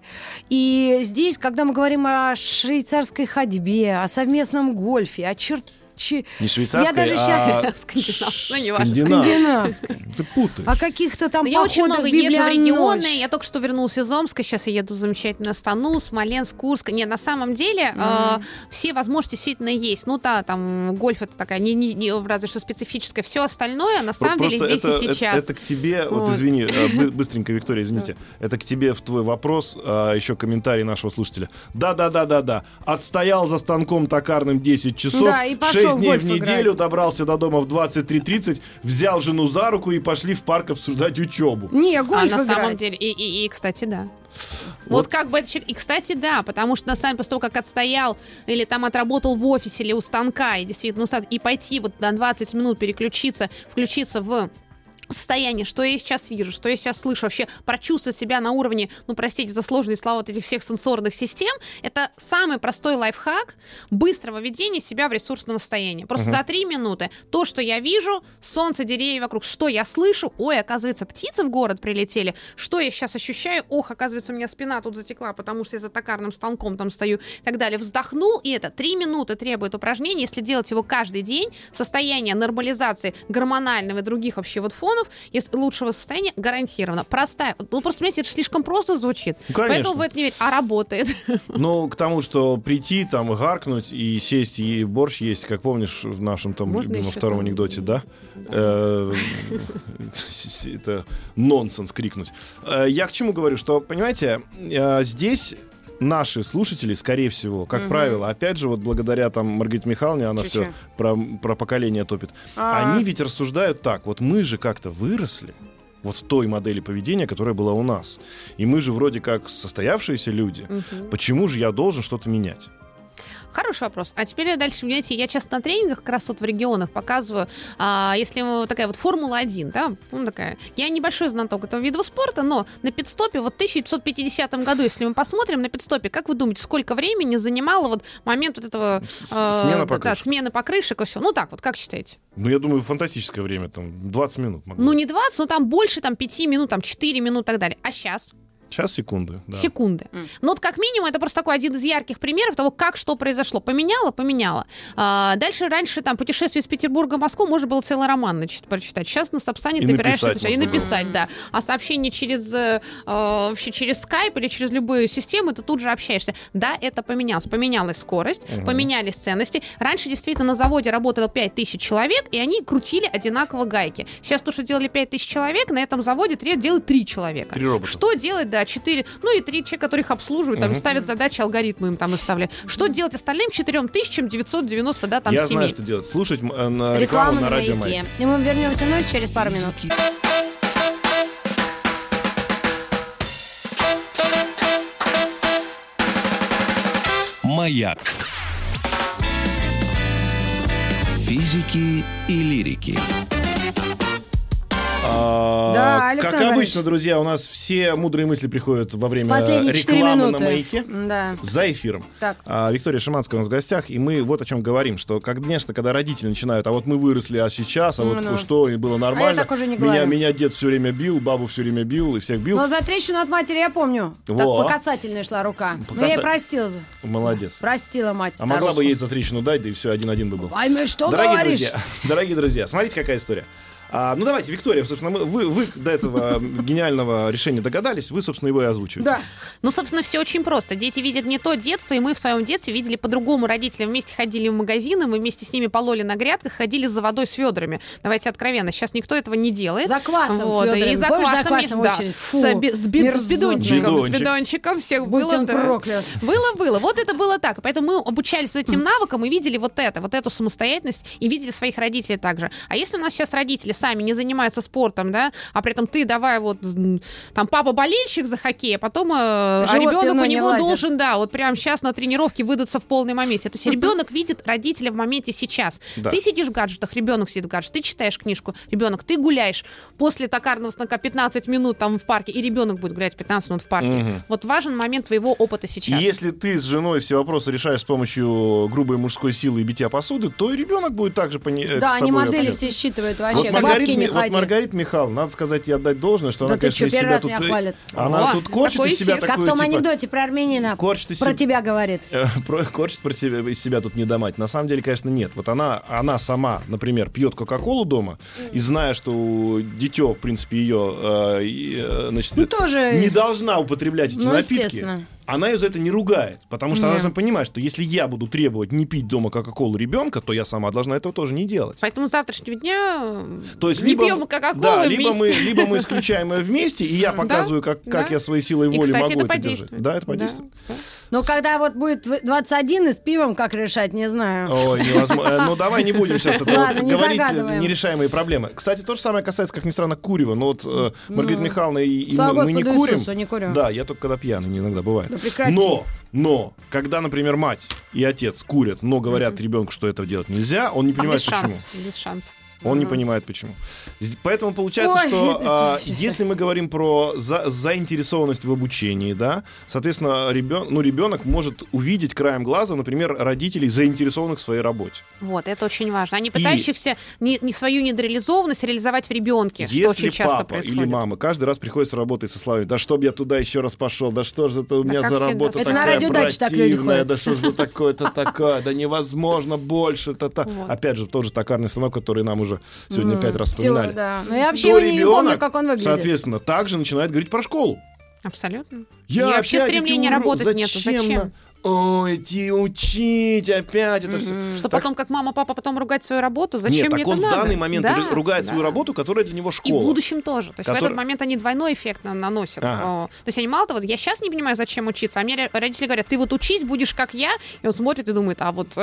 И здесь, когда мы говорим о швейцарской ходьбе, о совместном гольфе, о черт... Не швейцарская, я даже а сейчас... скандинавская. Ты путаешь. О каких-то там я очень много езжу в регионы. Ночь. Я только что вернулась из Омска. Сейчас я еду в замечательную Астану, Смоленск, Курск. Нет, на самом деле mm. э, все возможности действительно есть. Ну да, там гольф это такая, не, не, не, разве что специфическая. Все остальное на самом Просто деле здесь это, и сейчас. Это, это к тебе, вот, вот извини, быстренько, Виктория, извините. Это к тебе в твой вопрос, а, еще комментарий нашего слушателя. Да-да-да-да-да. Отстоял за станком токарным десять часов. Да, и пошел шесть дней в неделю, играть. Добрался до дома в двадцать три тридцать, взял жену за руку и пошли в парк обсуждать учебу. Не, гольф а на играть. самом деле, и, и, и, кстати, да. Вот. вот как бы это... И, кстати, да, потому что на самом деле, после того, как отстоял или там отработал в офисе или у станка, и действительно, ну, и пойти вот на двадцать минут переключиться, включиться в состояние, что я сейчас вижу, что я сейчас слышу, вообще прочувствовать себя на уровне, ну, простите за сложные слова, вот этих всех сенсорных систем, это самый простой лайфхак быстрого введения себя в ресурсное состояние. Просто uh-huh. за три минуты то, что я вижу, солнце, деревья вокруг, что я слышу, ой, оказывается, птицы в город прилетели, что я сейчас ощущаю, ох, оказывается, у меня спина тут затекла, потому что я за токарным станком там стою и так далее. Вздохнул, и это три минуты требует упражнения, если делать его каждый день, состояние нормализации гормонального и других вообще вот фонов, если лучшего состояния гарантированно. Простая. Ну, просто, понимаете, это слишком просто звучит. Ну, конечно. Поэтому в это не верить. А работает. Ну, к тому, что прийти, там, гаркнуть и сесть, и борщ есть, как помнишь в нашем там любимом втором анекдоте, да? Это нонсенс крикнуть. Я к чему говорю, что, понимаете, здесь... Наши слушатели, скорее всего, как угу. правило, опять же, вот благодаря там Маргарите Михайловне, она все про, про поколение топит, А-а-а. они ведь рассуждают так, вот мы же как-то выросли вот в той модели поведения, которая была у нас. И мы же вроде как состоявшиеся люди. Угу. Почему же я должен что-то менять? Хороший вопрос. А теперь дальше, знаете, я часто на тренингах как раз вот в регионах показываю, а, если такая вот Формула один, да, ну, такая. Я небольшой знаток этого вида спорта, но на пит-стопе вот в тысяча девятьсот пятидесятом году, если мы посмотрим на пит-стопе, как вы думаете, сколько времени занимало вот момент вот этого... С- смена покрышек. Да, смены покрышек и все. Ну так вот, как считаете? Ну, я думаю, фантастическое время, там, двадцать минут. Могло. Ну, не двадцать, но там больше, там, пять минут, там, четыре минуты и так далее. А сейчас... Час, секунды. Да. Секунды. Mm. Ну вот как минимум это просто такой один из ярких примеров того, как что произошло. Поменяло, поменяло. А, дальше, раньше там путешествие из Петербурга в Москву можно было целый роман начать, прочитать. Сейчас на Сапсане добираешься и написать, да. А сообщение через, э, вообще через Skype или через любую систему ты тут же общаешься. Да, это поменялось. Поменялась скорость, mm-hmm. поменялись ценности. Раньше действительно на заводе работало пять тысяч человек, и они крутили одинаково гайки. Сейчас то, что делали пять тысяч человек, на этом заводе делают три человека. Три робота. Что делать, да, четыре, ну и три человека, которых обслуживают, там, uh-huh. ставят задачи, алгоритмы им там выставляют. Что делать остальным четырем тысячам девятьсот девяносто, да, там, Я семей? знаю, что делать. Слушать э, на рекламу, рекламу на на радио Маяке. И мы вернемся вновь через пару минут. Маяк. Физики и лирики. А, Да, Александр как Борисович. обычно, друзья, у нас все мудрые мысли приходят во время Последние четыре рекламы минуты. на Маяке. Да. За эфиром. Так. А, Виктория Шиманская у нас в гостях, и мы вот о чем говорим, что, конечно, когда родители начинают, а вот мы выросли, а сейчас, а вот Ну. что, и было нормально. так уже не меня, говорю. меня дед все время бил, бабу все время бил, и всех бил. Но за трещину от матери я помню. Так Во. по касательной шла рука. По Но я ей каса- простила. Молодец. Простила мать А могла бы старуху. ей за трещину дать, да и все, один-один бы был. Ай, ну и что Дорогие говоришь? друзья, дорогие друзья, смотрите, какая история. А, ну давайте, Виктория, собственно, мы, вы, вы до этого гениального решения догадались, вы, собственно, его и озвучиваете. Да. Ну, собственно, все очень просто. Дети видят не то детство, и мы в своем детстве видели по-другому. Родители вместе ходили в магазины, мы вместе с ними пололи на грядках, ходили за водой с ведрами. Давайте откровенно. Сейчас никто этого не делает. За квасом Вот, с ведрами. и за Помнишь, квасом, за квасом да, очередь? Фу, с, би- с, би- с мерзотно. бидончиком, Бидончик. с бидончиком всех Будь было. он да. проклят. Было, было. Вот это было так. Поэтому мы обучались этим навыкам и видели вот это, вот эту самостоятельность, и видели своих родителей также. А если у нас сейчас родители сами не занимаются спортом, да, а при этом ты давай вот м, там папа болельщик за хоккей, а потом э, а Живот ребенок пивной у не него влазит. должен, да, вот прямо сейчас на тренировке выдаться в полной моменте. То есть ребенок видит родителя в моменте сейчас. Да. Ты сидишь в гаджетах, ребенок сидит в гаджетах, ты читаешь книжку, ребенок, ты гуляешь после токарного снока пятнадцать минут там в парке, и ребенок будет гулять пятнадцать минут в парке. Мгм. Вот важен момент твоего опыта И сейчас. если ты с женой все вопросы решаешь с помощью грубой мужской силы и битья посуды, то и ребенок будет также пони- э, Да, с они тобой модели общаться. все считывают Вот вообще. К Маргарита, бабке не Ми- вот ходи. Маргарита Михайловна, надо сказать и отдать должное, что Да она, ты конечно, чё, из первый себя раз тут... меня э, хвалят? Она О, тут корчит какой из себя эфир. Как такую, в том типа, анекдоте про армянина. корчит из Про себя- тебя говорит. э, про- корчит про себя, из себя тут не домать. На самом деле, конечно, нет. Вот она, она сама, например, пьет Кока-Колу дома, и зная, что дитё, в принципе, ее э, и, э, значит, Ну, тоже... не должна употреблять эти Ну, напитки, естественно. она ее за это не ругает. Потому что она Не. должна понимать, что если я буду требовать не пить дома Кока-Колу ребенка, то я сама должна этого тоже не делать. Поэтому с завтрашнего дня э, То есть не либо, пьем Кока-Колу да, вместе. либо мы, либо мы исключаем ее вместе, и я показываю, как, как да. я своей силой И, воли кстати, могу это это держать. подействует. Да, это подействует. Да. Но когда вот будет двадцать один и с пивом, как решать, не знаю. Ой, невозможно. Э, Ну, давай не будем сейчас это Ладно, вот не говорить, э, загадываем. нерешаемые проблемы. Кстати, то же самое касается, как ни странно, курева. Но вот э, Маргарита Михайловна и, и Слава мы, мы не Господу курим. Иисусу, не курю. Да, я только когда пьяный, не иногда бывает. Да прекрати. Но, но, когда, например, мать и отец курят, но говорят ребенку, что этого делать нельзя, он не А понимает, без почему. шансов. Без шансов. Он не понимает, почему. З- Поэтому получается, Ой, что это а, всё- всё- если мы говорим про за- заинтересованность в обучении, да, соответственно, ребен, ну, ребенок может увидеть краем глаза, например, родителей, заинтересованных в своей работе. Вот, это очень важно. Они пытающихся не, не свою недореализованность реализовать в ребенке, что очень Если часто папа происходит. или мама каждый раз приходит с работы со словами: да чтоб я туда еще раз пошел, да что же это у Да меня как за всегда. работа Это на такая радиодаче так люди противная, ходят. да что же за такое-то такое, да невозможно больше. та-та». Вот. Опять же, тот же токарный станок, который нам уже сегодня пять раз Всё, вспоминали. да. Но я вообще То его не, не помню, ребенок, как он выглядит. соответственно, также начинает говорить про школу. Абсолютно. Я И вообще опять стремления эти уро- работать нету. Зачем? на- Ой, идти учить опять это все. Что потом, как мама, папа, потом ругать свою работу, зачем Нет, мне так он это в надо? данный момент Да, ру- ругает да. свою работу, которая для него И в школа. будущем тоже. То есть в Который- этот момент они двойной эффект на- наносят. Ага. О, То есть они мало того, я сейчас не понимаю, зачем учиться, а мне ре- родители говорят, ты вот учись, будешь как я, и он смотрит и думает, а вот,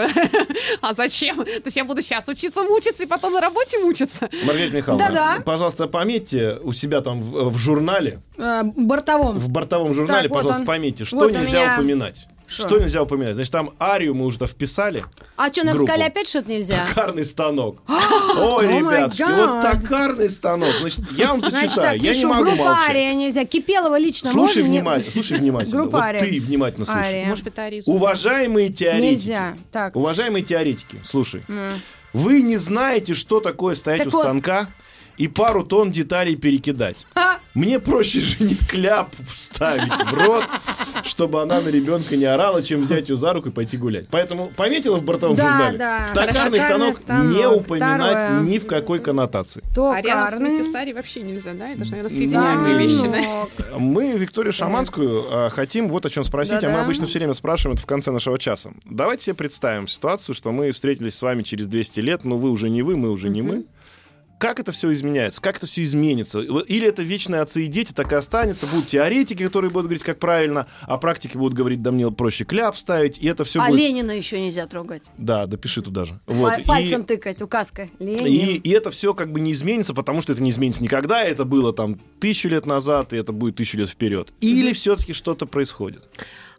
а зачем? То есть я буду сейчас учиться мучиться и потом на работе мучиться. Маргарита Михайловна, Да-да. пожалуйста, пометьте у себя там в, в журнале, Э, бортовом. в бортовом журнале, Так, вот пожалуйста, он. пометьте, что Вот у нельзя меня- упоминать. Что? Что нельзя упоминать? Значит, там арию мы уже туда вписали. А что, нам группу. сказали опять что-то нельзя? Токарный станок. Ой, О май ребятушки, вот гад. токарный станок. Значит, я вам Значит, зачитаю, так я не пишу, могу группа молчать. Ария нельзя. Кипелова лично Слушай можно? Не- внимательно, слушай внимательно. Группа Вот Ария. ты внимательно слушай. Ария. Может быть, Аризу. Уважаемые теоретики. Нельзя. Так. Уважаемые теоретики, слушай. М. Вы не знаете, что такое стоять Так у вот. станка и пару тонн деталей перекидать. А, Мне проще жене кляп вставить в рот, чтобы она на ребенка не орала, чем взять ее за руку и пойти гулять. Поэтому пометила в бортовом Да, журнале. да. Токарный Токарный станок станок. не упоминать Второе. ни в какой коннотации. А рядом токарный. вместе с Ари вообще нельзя, да? Это же, наверное, соединяемые Да, вещи, ну, да? Мы Викторию Шаманскую э, хотим вот о чем спросить, а мы Да-да. обычно все время спрашиваем это в конце нашего часа. Давайте себе представим ситуацию, что мы встретились с вами через двести лет, но вы уже не вы, мы уже не мы. Как это все изменяется? Как это все изменится? Или это вечные отцы и дети так и останется? Будут теоретики, которые будут говорить, как правильно, а практики будут говорить, да мне проще кляп ставить, и это все А будет... Ленина еще нельзя трогать. Да, допиши туда же. Вот. Па- И- Пальцем тыкать, указкой. Ленин. И, и это все как бы не изменится, потому что это не изменится никогда. Это было там тысячу лет назад, и это будет тысячу лет вперед. Или все-таки что-то происходит?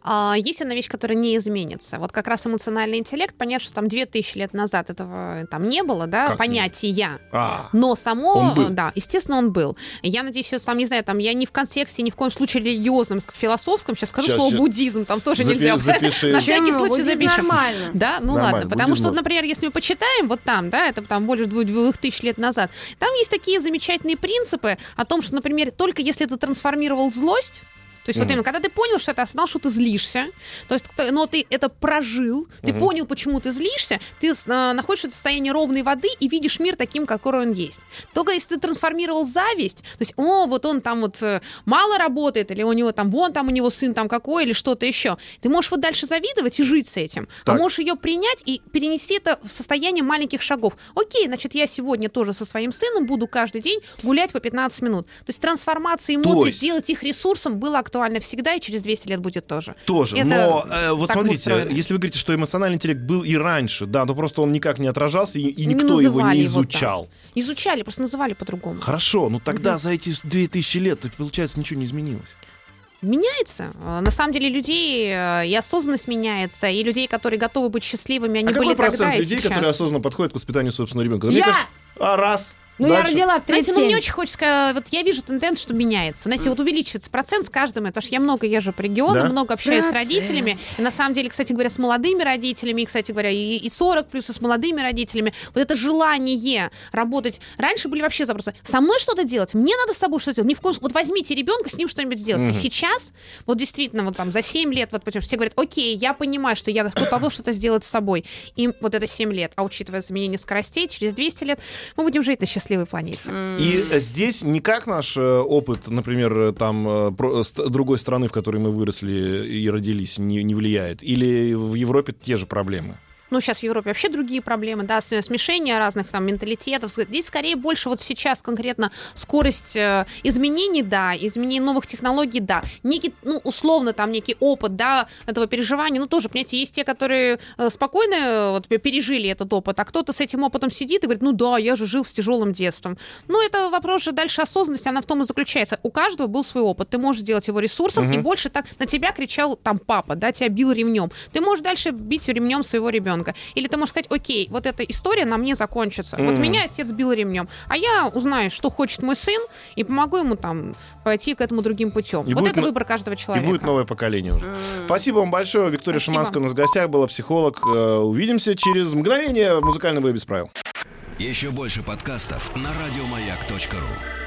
А, есть одна вещь, которая не изменится. Вот как раз эмоциональный интеллект, понятно, что там две тысячи лет назад этого там не было, да, как понятия. А, Но само, он был. да, естественно, он был. Я надеюсь, что там, не знаю, там я не в контексте, ни в коем случае религиозном, философском, сейчас скажу Сейчас, слово сейчас. буддизм, там тоже Запи- нельзя. запиши. На всякий Почему? случай Буддизм запишем. нормально. Да, ну Нормально, ладно, потому буддизм что, можно. например, если мы почитаем, вот там, да, это там больше двух, двух тысяч лет назад, там есть такие замечательные принципы о том, что, например, только если ты трансформировал злость, то есть Мгм. вот именно, когда ты понял, что это осознал, что ты злишься, то есть, кто- но ты это прожил, ты Мгм. понял, почему ты злишься, ты э, находишься в состоянии ровной воды и видишь мир таким, какой он есть. Только если ты трансформировал зависть, то есть, о, вот он там вот э, мало работает, или у него там, вон там у него сын там какой, или что-то еще, ты можешь вот дальше завидовать и жить с этим, Так. а можешь ее принять и перенести это в состояние маленьких шагов. Окей, значит, я сегодня тоже со своим сыном буду каждый день гулять по пятнадцать минут. То есть трансформация эмоций, есть- сделать их ресурсом было актуально всегда, и через двести лет будет тоже. Тоже, Это но э, вот так смотрите, устроено. если вы говорите, что эмоциональный интеллект был и раньше, да, но просто он никак не отражался, и, и Не никто его называли не его так. изучал. Изучали, просто называли по-другому. Хорошо, ну тогда за эти две тысячи лет, то, получается, ничего не изменилось. Меняется. Э, На самом деле людей э, и осознанность меняется, и людей, которые готовы быть счастливыми, они а были какой процент тогда и людей, сейчас. которые осознанно подходят к воспитанию собственного ребенка? Я! А раз. Ну, я Дальше. родила в Знаете, тридцать ну, мне семь. очень хочется сказать, вот я вижу тенденцию, что меняется. Знаете, вот увеличивается процент с каждым, потому что я много езжу по регионам, Да? много общаюсь Процент. с родителями. И на самом деле, кстати говоря, с молодыми родителями, и, кстати говоря, и, и сорок плюс, и с молодыми родителями. Вот это желание работать. Раньше были вообще запросы. Со мной что-то делать? Мне надо с тобой что-то делать? Ни в коем случае. Вот возьмите ребенка, с ним что-нибудь сделайте. Мгм. Сейчас, вот действительно, вот там за семь лет, вот потому что все говорят, окей, я понимаю, что я готова что-то сделать с собой. И вот это семь лет. А учитывая изменение скоростей, через двести лет мы будем жить на счастливой планете. И э, здесь не как наш э, опыт, например, э, там э, про- ст- другой страны, в которой мы выросли и родились, не, не влияет. Или в Европе те же проблемы. Ну, сейчас в Европе вообще другие проблемы, да, с- смешение разных там менталитетов. Здесь скорее больше вот сейчас конкретно скорость э, изменений, да, изменений новых технологий, да. Некий, ну, условно там некий опыт, да, этого переживания, ну, тоже, понимаете, есть те, которые э, спокойно э, вот, пережили этот опыт, а кто-то с этим опытом сидит и говорит, ну, да, я же жил с тяжелым детством. Ну, это вопрос же дальше осознанности, она в том и заключается. У каждого был свой опыт, ты можешь сделать его ресурсом, Мгм. и больше так на тебя кричал там папа, да, тебя бил ремнем. Ты можешь дальше бить ремнем своего ребенка. Или ты можешь сказать, окей, вот эта история на мне закончится. Вот Мгм. меня отец бил ремнем, а я узнаю, что хочет мой сын, и помогу ему там пойти к этому другим путем. И вот будет это но- выбор каждого И человека. будет новое поколение уже. М. Спасибо вам большое. Виктория Спасибо. Шиманская у нас в гостях была, психолог. Э, Увидимся через мгновение в музыкальном «Бой без правил». Еще больше подкастов на радиомаяк точка ру.